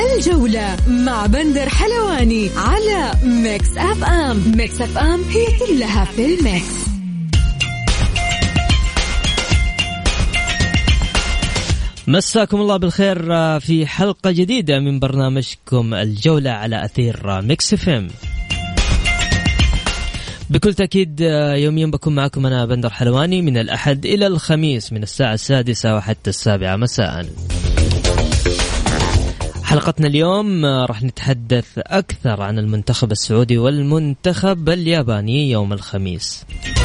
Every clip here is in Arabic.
الجولة مع بندر حلواني على ميكس أف أم. ميكس أف أم هي كلها في الميكس. مساكم الله بالخير في حلقة جديدة من برنامجكم الجولة على أثير ميكس اف ام. بكل تأكيد يوميا بكون معكم أنا بندر حلواني من الأحد إلى الخميس من الساعة 6 وحتى 7 مساء. حلقتنا اليوم راح نتحدث أكثر عن المنتخب السعودي والمنتخب الياباني يوم الخميس.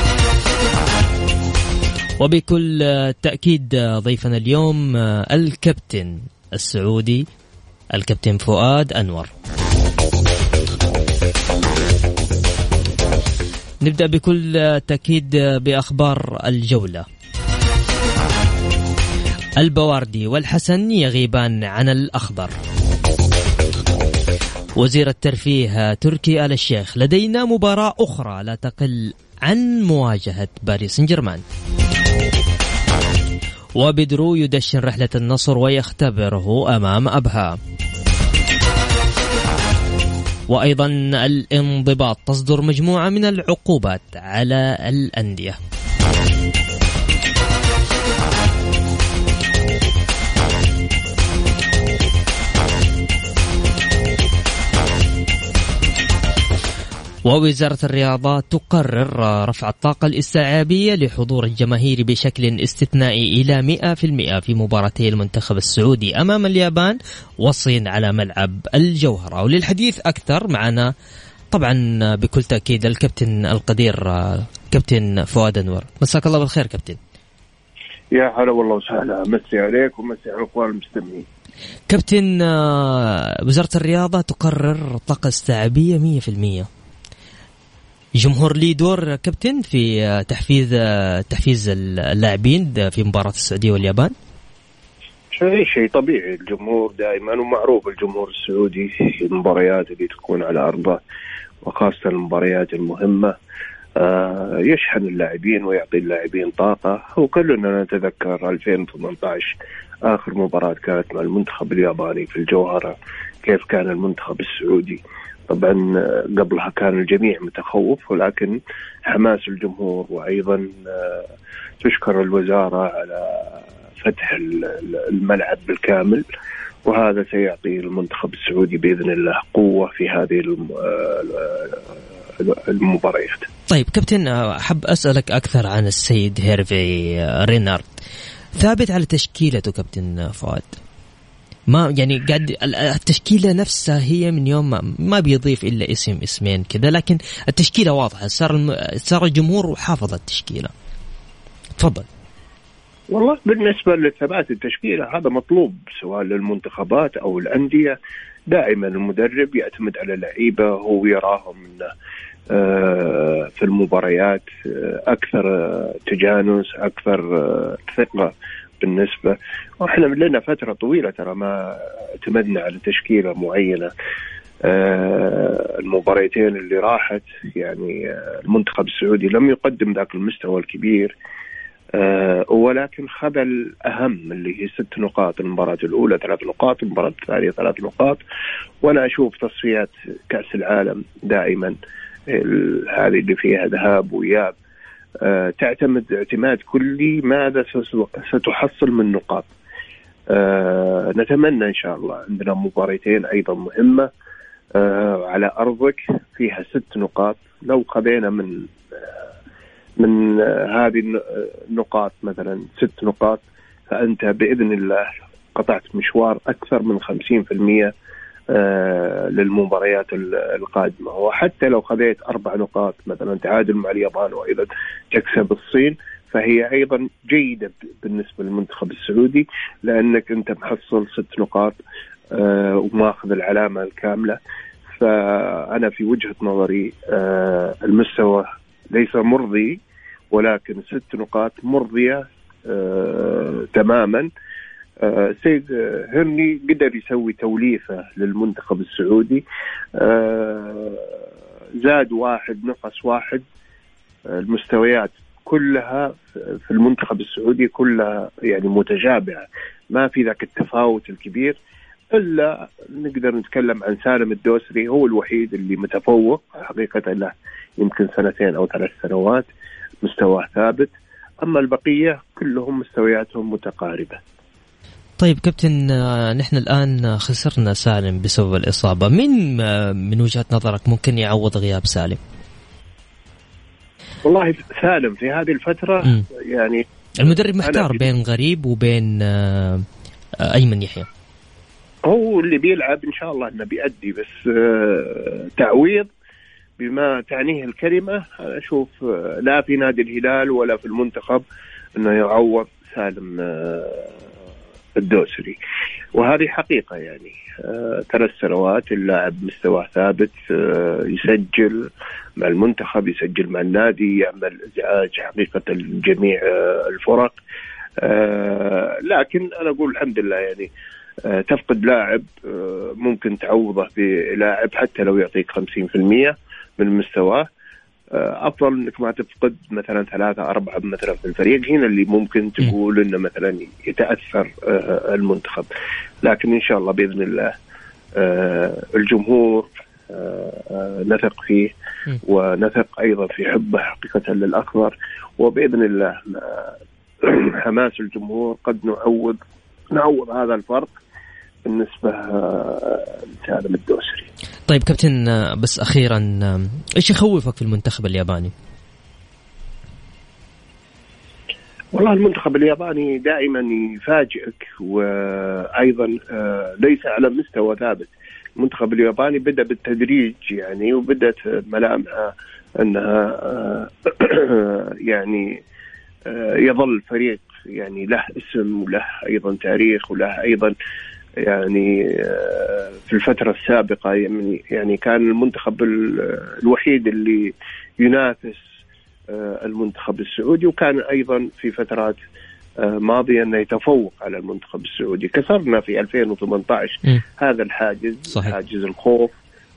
وبكل تأكيد ضيفنا اليوم الكابتن السعودي الكابتن فؤاد أنور. نبدأ بكل تأكيد بأخبار الجولة. البواردي والحسن يغيبان عن الأخضر. وزير الترفيه تركي آل الشيخ لدينا مباراة أخرى لا تقل عن مواجهة باريس سان جيرمان. وبدرو يدشن رحلة النصر ويختبره أمام أبها. وأيضا الانضباط تصدر مجموعة من العقوبات على الأندية. ووزارة الرياضة تقرر رفع الطاقة الاستيعابية لحضور الجماهير بشكل استثنائي إلى 100% في مباراتي المنتخب السعودي أمام اليابان والصين على ملعب الجوهرة. وللحديث أكثر معنا طبعا بكل تأكيد الكابتن القدير كابتن فؤاد أنور. مساك الله بالخير كابتن. يا هلا والله وسهلا، مسي عليك ومسي على الأخوان المستمعين. كابتن، وزارة الرياضة تقرر طاقة استيعابية 100%. جمهور لي دور كابتن في تحفيز اللاعبين في مباراة السعودية واليابان. شيء طبيعي، الجمهور دائما ومعروف الجمهور السعودي في المباريات اللي تكون على أرضه وخاصة المباريات المهمة يشحن اللاعبين ويعطي اللاعبين طاقة. وكلنا نتذكر 2018 آخر مباراة كانت مع المنتخب الياباني في الجوهرة، كيف كان المنتخب السعودي. طبعا قبلها كان الجميع متخوف، ولكن حماس الجمهور وأيضا تشكر الوزارة على فتح الملعب بالكامل، وهذا سيعطي المنتخب السعودي بإذن الله قوة في هذه المباريات. طيب كابتن، أحب أسألك أكثر عن السيد هيرفي رينارد. ثابت على تشكيلته كابتن فؤاد؟ ما يعني قاعد التشكيلة نفسها هي من يوم ما بيضيف إلا اسمين كذا، لكن التشكيلة واضحة. صار الجمهور وحافظ التشكيلة. تفضل. والله بالنسبة لثبات التشكيلة هذا مطلوب سواء للمنتخبات أو الأندية. دائما المدرب يعتمد على لعيبة هو يراهم في المباريات أكثر تجانس، أكثر ثقة بالنسبة. وإحنا لنا فترة طويلة ترى ما اعتمدنا على تشكيلة معينة. المباريتين اللي راحت يعني المنتخب السعودي لم يقدم ذاك المستوى الكبير، ولكن خذ الأهم اللي هي 6 نقاط. المباراة الأولى 3 نقاط، المباراة الثانية 3 نقاط. وأنا أشوف تصفيات كأس العالم دائما هذه اللي فيها ذهاب وإياب تعتمد اعتماد كلي ماذا ستحصل من نقاط. نتمنى إن شاء الله عندنا مباراتين أيضا مهمة على أرضك فيها 6 نقاط. لو خذينا من هذه النقاط مثلا 6 نقاط، فأنت بإذن الله قطعت مشوار أكثر من 50% للمباريات القادمة. وحتى لو خذيت 4 نقاط مثلا تعادل مع اليابان وأيضا تكسب الصين، فهي أيضا جيدة بالنسبة للمنتخب السعودي، لأنك أنت محصل 6 نقاط وماخذ العلامة الكاملة. فأنا في وجهة نظري المستوى ليس مرضي، ولكن 6 نقاط مرضية تماما. سيد هرني قدر يسوي توليفة للمنتخب السعودي، زاد 1 نقص 1. المستويات كلها في المنتخب السعودي كلها يعني متشابهة، ما في ذاك التفاوت الكبير. إلا نقدر نتكلم عن سالم الدوسري، هو الوحيد اللي متفوق حقيقة، له يمكن 2 أو 3 سنوات مستواه ثابت، أما البقية كلهم مستوياتهم متقاربة. طيب كابتن، نحن الآن خسرنا سالم بسبب الإصابة، من وجهة نظرك ممكن يعوض غياب سالم؟ والله سالم في هذه الفترة يعني المدرب محتار بين غريب وبين أيمن يحيى. هو اللي بيلعب إن شاء الله إنه بيأدي، بس تعويض بما تعنيه الكلمة أشوف لا في نادي الهلال ولا في المنتخب إنه يعوض سالم الدوسري، وهذه حقيقة يعني. 3 سنوات اللاعب مستوى ثابت، يسجل مع المنتخب، يسجل مع النادي، يعمل إزعاج حقيقة لجميع الفرق، لكن أنا أقول الحمد لله يعني تفقد لاعب ممكن تعوضه بلاعب حتى لو يعطيك 50% من مستواه، أفضل إنك ما تفقد مثلا 3-4 مثلا في الفريق. هنا اللي ممكن تقول إنه مثلا يتأثر المنتخب، لكن إن شاء الله بإذن الله الجمهور نثق فيه ونثق أيضا في حبه حقيقة للأخضر، وبإذن الله حماس الجمهور قد نعوض هذا الفرق بالنسبة لسالم الدوسري. طيب كابتن، بس أخيرا إيش يخوفك في المنتخب الياباني؟ والله المنتخب الياباني دائما يفاجئك، وأيضا ليس على مستوى ثابت. المنتخب الياباني بدأ بالتدريج يعني، وبدأت ملامحه أنها يعني يظل فريق يعني له اسم وله أيضا تاريخ وله أيضا يعني في الفترة السابقة يعني كان المنتخب الوحيد اللي ينافس المنتخب السعودي، وكان أيضا في فترات ماضية أنه يتفوق على المنتخب السعودي. كسرنا في 2018 هذا الحاجز، صحيح. حاجز الخوف،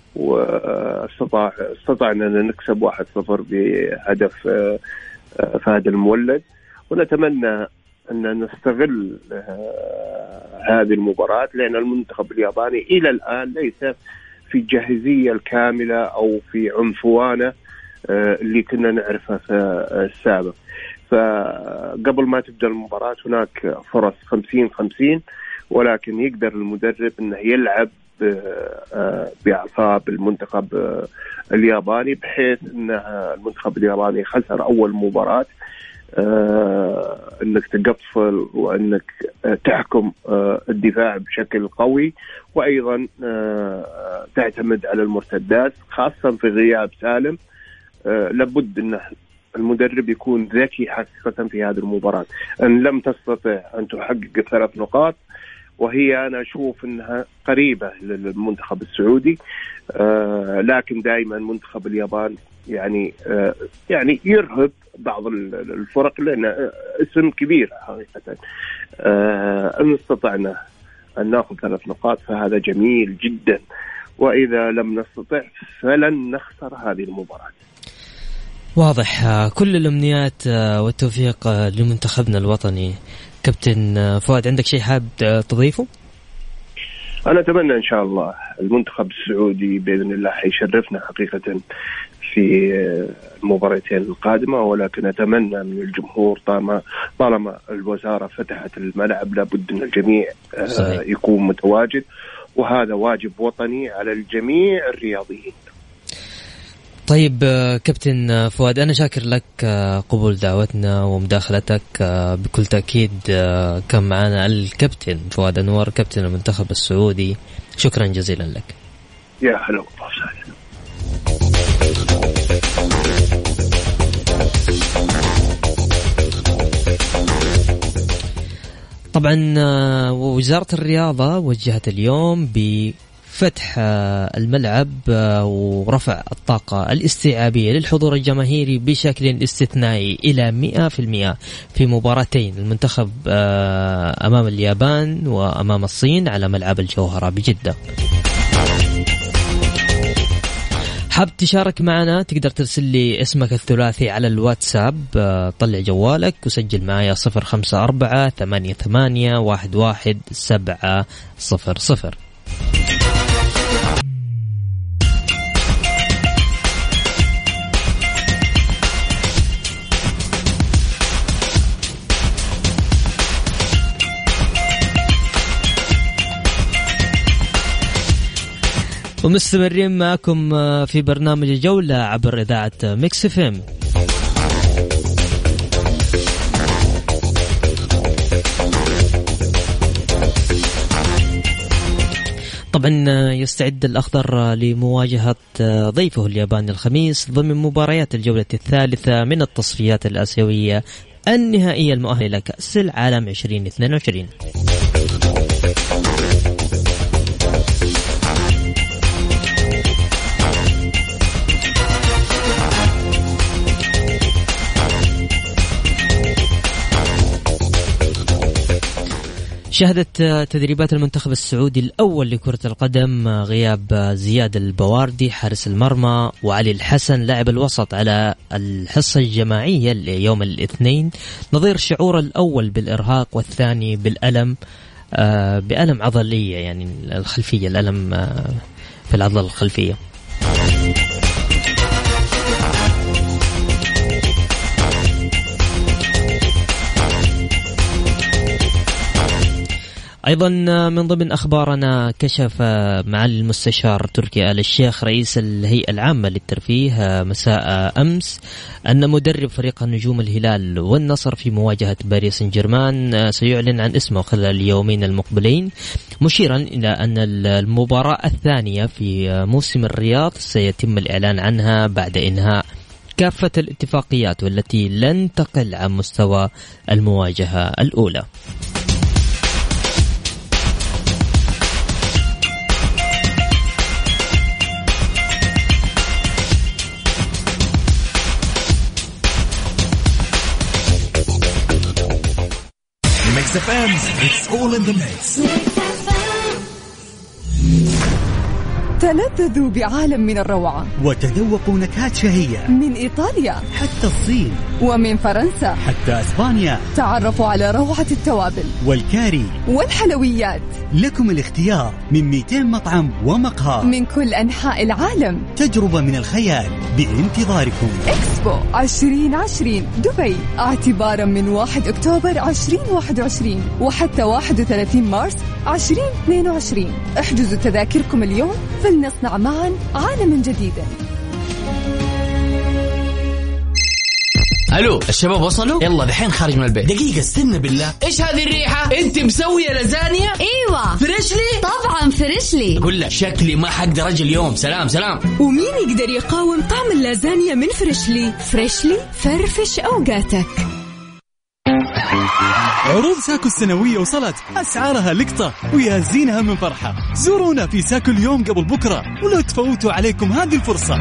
واستطعنا أن نكسب 1-0 بهدف فهد المولد، ونتمنى أن نستغل هذه المباراة، لأن المنتخب الياباني إلى الآن ليس في الجاهزية الكاملة أو في عنفوانة اللي كنا نعرفها في السابق. فقبل ما تبدأ المباراة هناك فرص 50-50، ولكن يقدر المدرب أنه يلعب بأعصاب المنتخب الياباني، بحيث أن المنتخب الياباني خسر أول مباراة، أنك تقفل وأنك تحكم الدفاع بشكل قوي، وأيضا تعتمد على المرتدات، خاصة في غياب سالم. لابد أن المدرب يكون ذكي حقيقة في هذه المباراة. أن لم تستطع أن تحقق 3 نقاط، وهي أنا أشوف أنها قريبة للمنتخب السعودي، لكن دائما منتخب اليابان يعني يرهب بعض الفرق، لأن اسم كبير حقيقة. إن استطعنا أن نأخذ 3 نقاط فهذا جميل جدا، وإذا لم نستطع فلن نخسر هذه المباراة. واضح. كل الأمنيات والتوفيق لمنتخبنا الوطني. كابتن فؤاد، عندك شيء حاب تضيفه؟ أنا أتمنى إن شاء الله المنتخب السعودي بإذن الله حيشرفنا حقيقة في المباراتين القادمة، ولكن أتمنى من الجمهور طالما الوزارة فتحت الملعب لابد أن الجميع يكون متواجد، وهذا واجب وطني على الجميع الرياضيين. طيب كابتن فؤاد، أنا شاكر لك قبول دعوتنا ومداخلتك. بكل تأكيد كان معنا الكابتن فؤاد أنور كابتن المنتخب السعودي، شكرا جزيلا لك. يا هلا وسهلا. طبعا وزارة الرياضة وجهت اليوم بفتح الملعب ورفع الطاقة الاستيعابية للحضور الجماهيري بشكل استثنائي إلى 100% في مباراتين المنتخب أمام اليابان وأمام الصين على ملعب الجوهرة بجدة. حاب تشارك معنا تقدر ترسل لي اسمك الثلاثي على الواتساب، طلع جوالك وسجل معايا 054-88-11700. ومستمرين معكم في برنامج الجولة عبر إذاعة ميكس اف ام. طبعا يستعد الأخضر لمواجهة ضيفه الياباني الخميس ضمن مباريات الجولة الثالثة من التصفيات الآسيوية النهائية المؤهلة كأس العالم 2022. شهدت تدريبات المنتخب السعودي الأول لكرة القدم غياب زياد البواردي حارس المرمى وعلي الحسن لاعب الوسط على الحصة الجماعية ليوم الاثنين، نظير شعور الأول بالإرهاق والثاني بألم عضلية، يعني الخلفية، الألم في العضلة الخلفية. أيضا من ضمن أخبارنا، كشف معالي المستشار تركي آل الشيخ رئيس الهيئة العامة للترفيه مساء أمس أن مدرب فريق نجوم الهلال والنصر في مواجهة باريس سان جيرمان سيعلن عن اسمه خلال اليومين المقبلين، مشيرا إلى أن المباراة الثانية في موسم الرياض سيتم الإعلان عنها بعد إنهاء كافة الاتفاقيات والتي لن تقل عن مستوى المواجهة الأولى. It's all in the mix. تلذذوا بعالم من الروعة وتذوقوا نكهات شهية من إيطاليا حتى الصين ومن فرنسا حتى إسبانيا. تعرفوا على روعة التوابل والكاري والحلويات. لكم الاختيار من 200 مطعم ومقهى من كل أنحاء العالم. تجربة من الخيال بانتظاركم. إكسبو 2020 دبي اعتبارا من 1 أكتوبر 2021 وحتى 31 مارس 2022. احجزوا تذاكركم اليوم فلنصنع معا عالما جديدا. الو الشباب وصلوا؟ يلا دحين خارج من البيت. دقيقة استنى بالله، ايش هذه الريحة؟ انت مسوية لازانيا؟ ايوه فريشلي؟ طبعا فريشلي. اقول لك شكلي ما حقدر اجي اليوم. سلام. ومين يقدر يقاوم طعم اللازانيا من فريشلي؟ فريشلي فرفش اوقاتك. عروض ساكو السنوية وصلت، أسعارها لقطة ويهزينها من فرحة. زورونا في ساكو اليوم قبل بكرة ولا تفوتوا عليكم هذه الفرصة.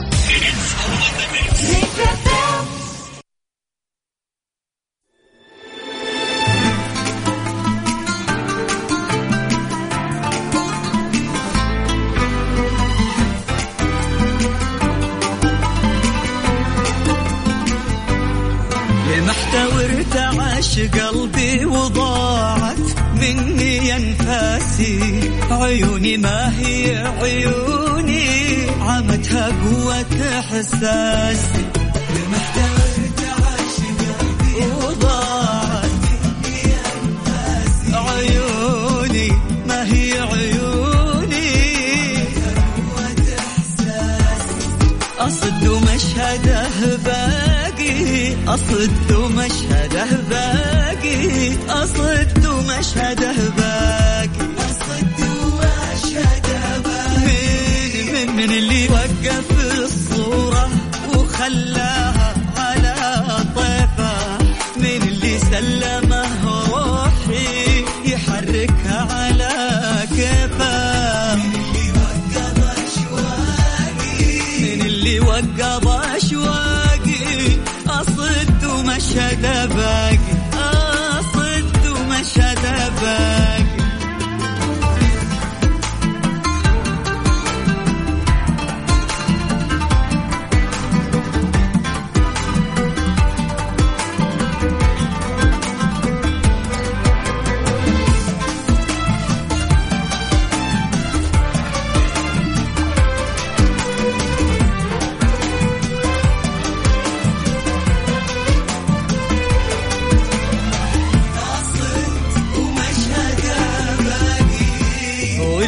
قلبي وضاعت مني أنفاسي، عيوني ما هي عيوني، عمتها قوة إحساسي. لمحتويت عاشق قلبي وضاعت مني أنفاسي، عيوني ما هي عيوني، قوة إحساسي. أصد مشهده باقي، أصد مشهده باقي، أصد مشهده باقي، أصد مشهده باقي. من اللي وقف الصورة وخلاها على طيفه، من اللي سلمه روحي يحركها على كيفه، من اللي وقف أشواقي، من اللي وقف أشواقي، أصد مشهده باقي، أصد مشهده باقي.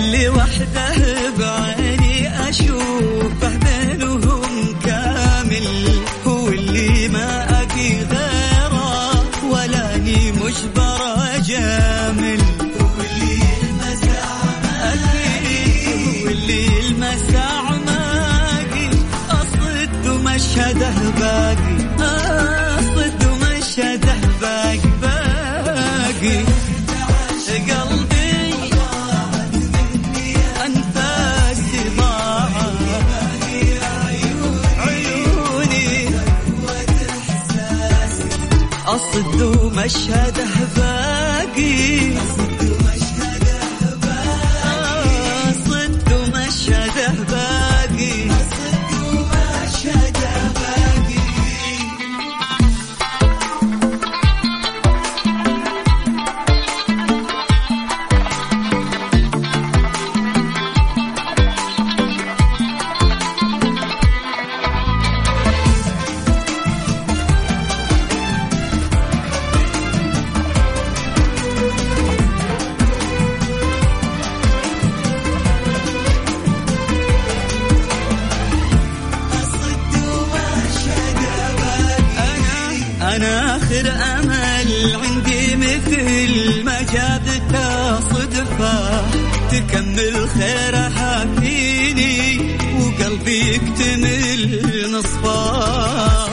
اللي وحده بعيني أشوفه بينهم كامل، هو اللي ما أبي غيره ولاني مجبر أجامل، هو اللي المساع ماقي أصد ومشهده باقي، أصد ومشهده باقي قلبي أنفاسي ضاعت، عيوني أصد ومشهده باقي، أصد ومشهده باقي. أنا آخر أمل عندي مثل ما جابتها صدفة، تكمل خيرها فيني وقلبي يكتمل نصفه،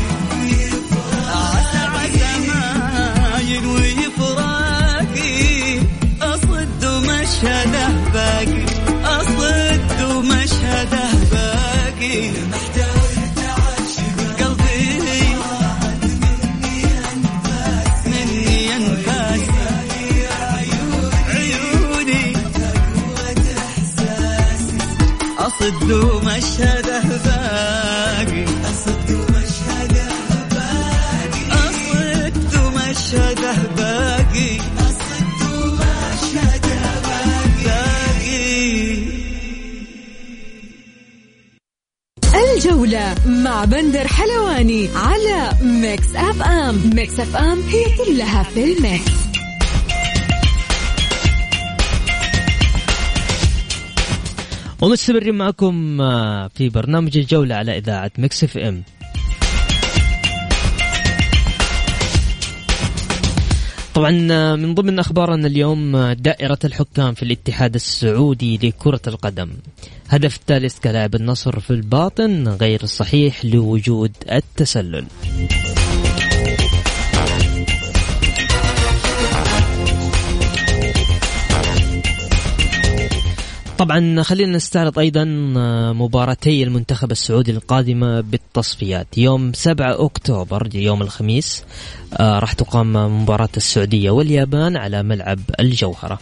عسى ما ينوي فراقي، أصد ومشهده باقي، أصد ومشهده باقي. أصد ومشهده باقي، أصد ومشهده باقي، أصد ومشهده باقي، أصد ومشهده باقي. الجولة مع بندر حلواني على ميكس أف أم. ميكس أف أم هي كلها في الميكس. ومستمرين معكم في برنامج الجولة على إذاعة ميكس اف ام. طبعا من ضمن أخبارنا اليوم دائرة الحكام في الاتحاد السعودي لكرة القدم، هدف الثالث كلاعب النصر في الباطن غير صحيح لوجود التسلل. طبعا خلينا نستعرض أيضا مباراتي المنتخب السعودي القادمة بالتصفيات. يوم 7 أكتوبر يوم الخميس راح تقام مباراة السعودية واليابان على ملعب الجوهرة،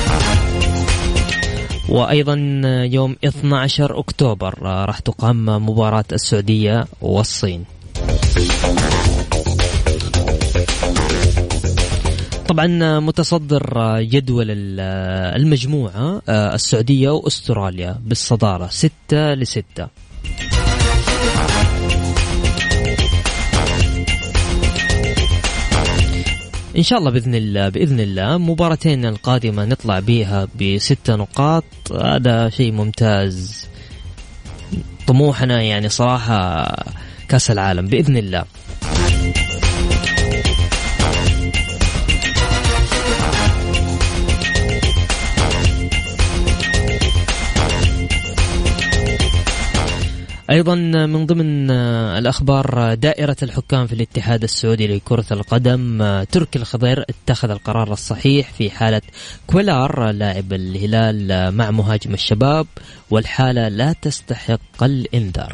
وأيضا يوم 12 أكتوبر راح تقام مباراة السعودية والصين. طبعا متصدر جدول المجموعة السعودية وأستراليا بالصدارة 6-6. إن شاء الله بإذن الله مباراتين القادمة نطلع بيها ب6 نقاط، هذا شيء ممتاز. طموحنا يعني صراحة كأس العالم بإذن الله. أيضا من ضمن الأخبار دائرة الحكام في الاتحاد السعودي لكرة القدم، تركي الخضير اتخذ القرار الصحيح في حالة كولار لاعب الهلال مع مهاجم الشباب، والحالة لا تستحق الإنذار.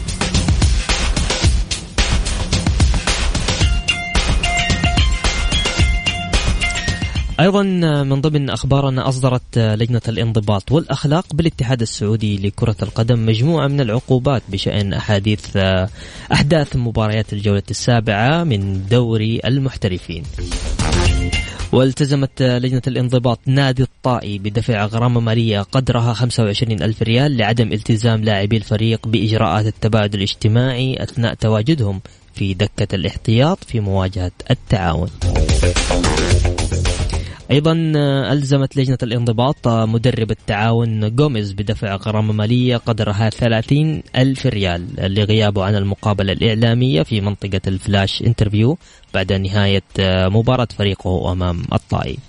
أيضا من ضمن أخبارنا أصدرت لجنة الانضباط والأخلاق بالاتحاد السعودي لكرة القدم مجموعة من العقوبات بشأن أحداث مباريات الجولة 7 من دوري المحترفين. والتزمت لجنة الانضباط نادي الطائي بدفع غرامة مالية قدرها 25,000 ريال لعدم التزام لاعبي الفريق بإجراءات التباعد الاجتماعي أثناء تواجدهم في دكة الاحتياط في مواجهة التعاون. أيضا ألزمت لجنة الانضباط مدرب التعاون غوميز بدفع غرامة مالية قدرها 30,000 ريال لغيابه عن المقابلة الإعلامية في منطقة الفلاش انترفيو بعد نهاية مباراة فريقه أمام الطائي.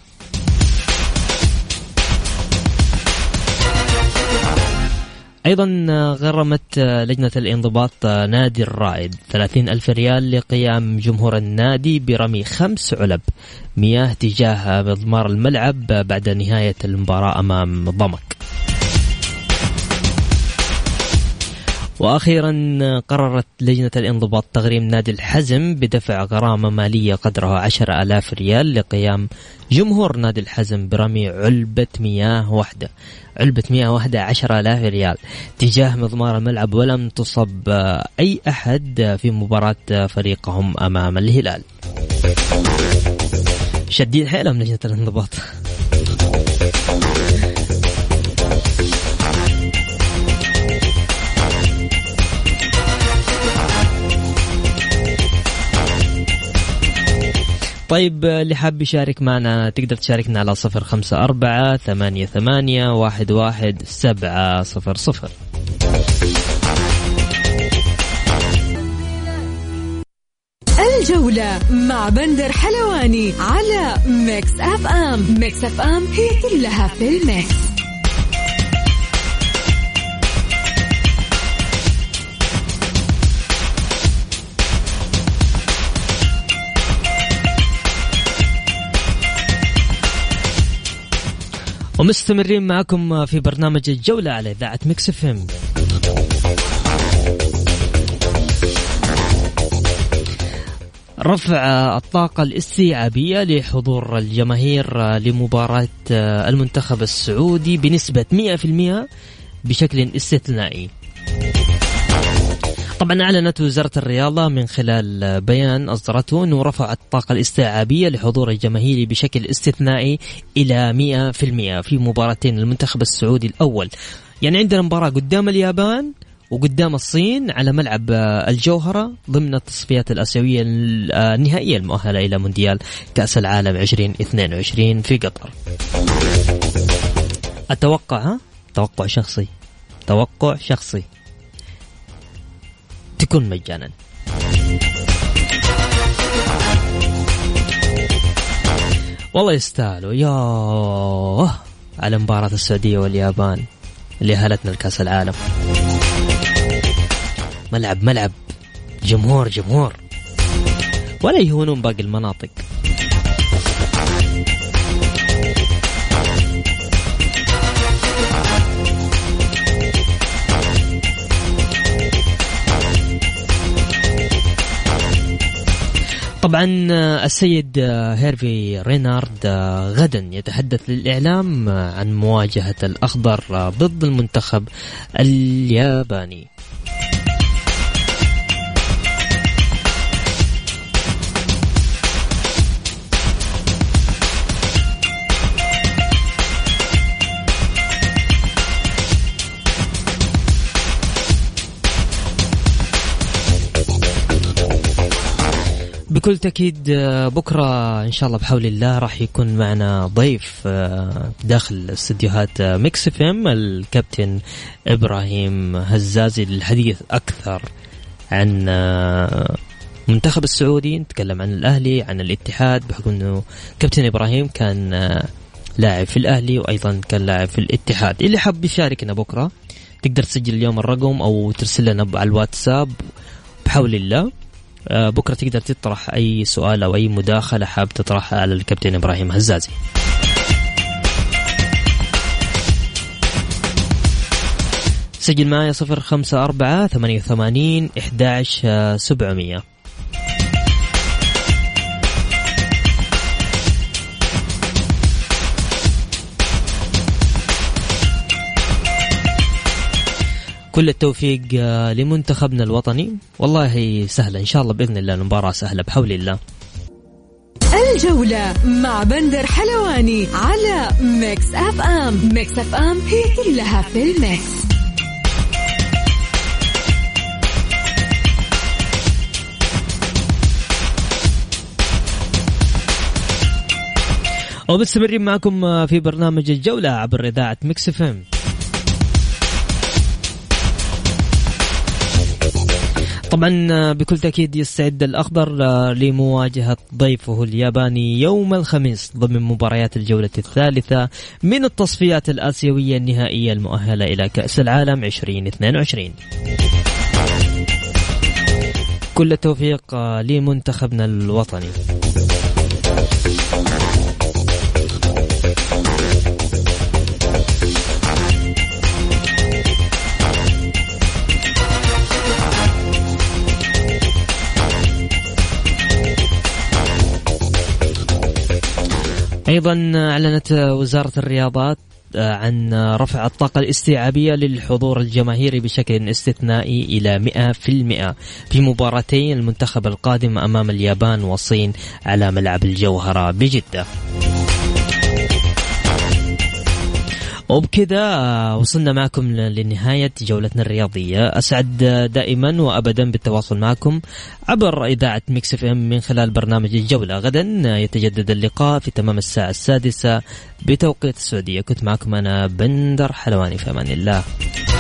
أيضا غرمت لجنة الانضباط نادي الرائد 30,000 ريال لقيام جمهور النادي برمي 5 علب مياه تجاه مضمار الملعب بعد نهاية المباراة أمام ضمك. وأخيرا قررت لجنة الانضباط تغريم نادي الحزم بدفع غرامة مالية قدرها 10,000 ريال لقيام جمهور نادي الحزم برمي علبة مياه واحدة 10,000 ريال تجاه مضمار الملعب، ولم تصب أي أحد في مباراة فريقهم أمام الهلال. شديد حيلهم لجنة الانضباط. طيب اللي حاب يشارك معنا تقدر تشاركنا على 0548811700. الجولة مع بندر حلواني على ميكس اف ام. ميكس اف ام هي كلها في الميكس. ومستمرين معكم في برنامج الجولة على إذاعة ميكس اف ام. رفع الطاقة الاستيعابية لحضور الجماهير لمباراة المنتخب السعودي بنسبة 100% بشكل استثنائي. طبعا أعلنت وزارة الرياضة من خلال بيان أصدرته أنه رفع الطاقة الاستيعابية لحضور الجماهيري بشكل استثنائي إلى 100% في مباراتين المنتخب السعودي الأول. يعني عندنا مباراة قدام اليابان وقدام الصين على ملعب الجوهرة ضمن التصفيات الآسيوية النهائية المؤهلة إلى مونديال كأس العالم 2022 في قطر. أتوقع توقع شخصي تكون مجانا. والله يستاهلوا يا على مباراة السعودية واليابان اللي أهلتنا لكأس العالم. ملعب جمهور ولا يهونون باقي المناطق. طبعا السيد هيرفي رينارد غدا يتحدث للإعلام عن مواجهة الأخضر ضد المنتخب الياباني. بكل تأكيد بكرة إن شاء الله بحول الله راح يكون معنا ضيف داخل استديوهات ميكس اف ام الكابتن إبراهيم هزازي للحديث أكثر عن منتخب السعودي. نتكلم عن الأهلي عن الاتحاد بحكم أنه كابتن إبراهيم كان لاعب في الأهلي وأيضا كان لاعب في الاتحاد. اللي حاب يشاركنا بكرة تقدر تسجل اليوم الرقم أو ترسل لنا على الواتساب بحول الله. بكرة تقدر تطرح أي سؤال أو أي مداخلة حاب تطرحها على الكابتن إبراهيم هزازي. سجل معي 0548811700. كل التوفيق لمنتخبنا الوطني. والله سهلة إن شاء الله بإذن الله المباراة سهلة بحول الله. الجولة مع بندر حلواني على ميكس اف ام. ميكس اف ام هي كلها في الميكس. ومستمرين معكم في برنامج الجولة عبر إذاعة ميكس اف ام. طبعا بكل تأكيد يستعد الأخضر لمواجهة ضيفه الياباني يوم الخميس ضمن مباريات الجولة الثالثة من التصفيات الآسيوية النهائية المؤهلة إلى كأس العالم 2022. كل التوفيق لمنتخبنا الوطني. أيضا أعلنت وزارة الرياضات عن رفع الطاقة الاستيعابية للحضور الجماهيري بشكل استثنائي إلى 100% في مباراتي المنتخب القادم أمام اليابان والصين على ملعب الجوهرة بجدة. وبكذا وصلنا معكم لنهاية جولتنا الرياضية. أسعد دائما وأبدا بالتواصل معكم عبر إذاعة ميكس اف ام من خلال برنامج الجولة. غدا يتجدد اللقاء في تمام الساعة 6 بتوقيت السعودية. كنت معكم أنا بندر حلواني، في أمان الله.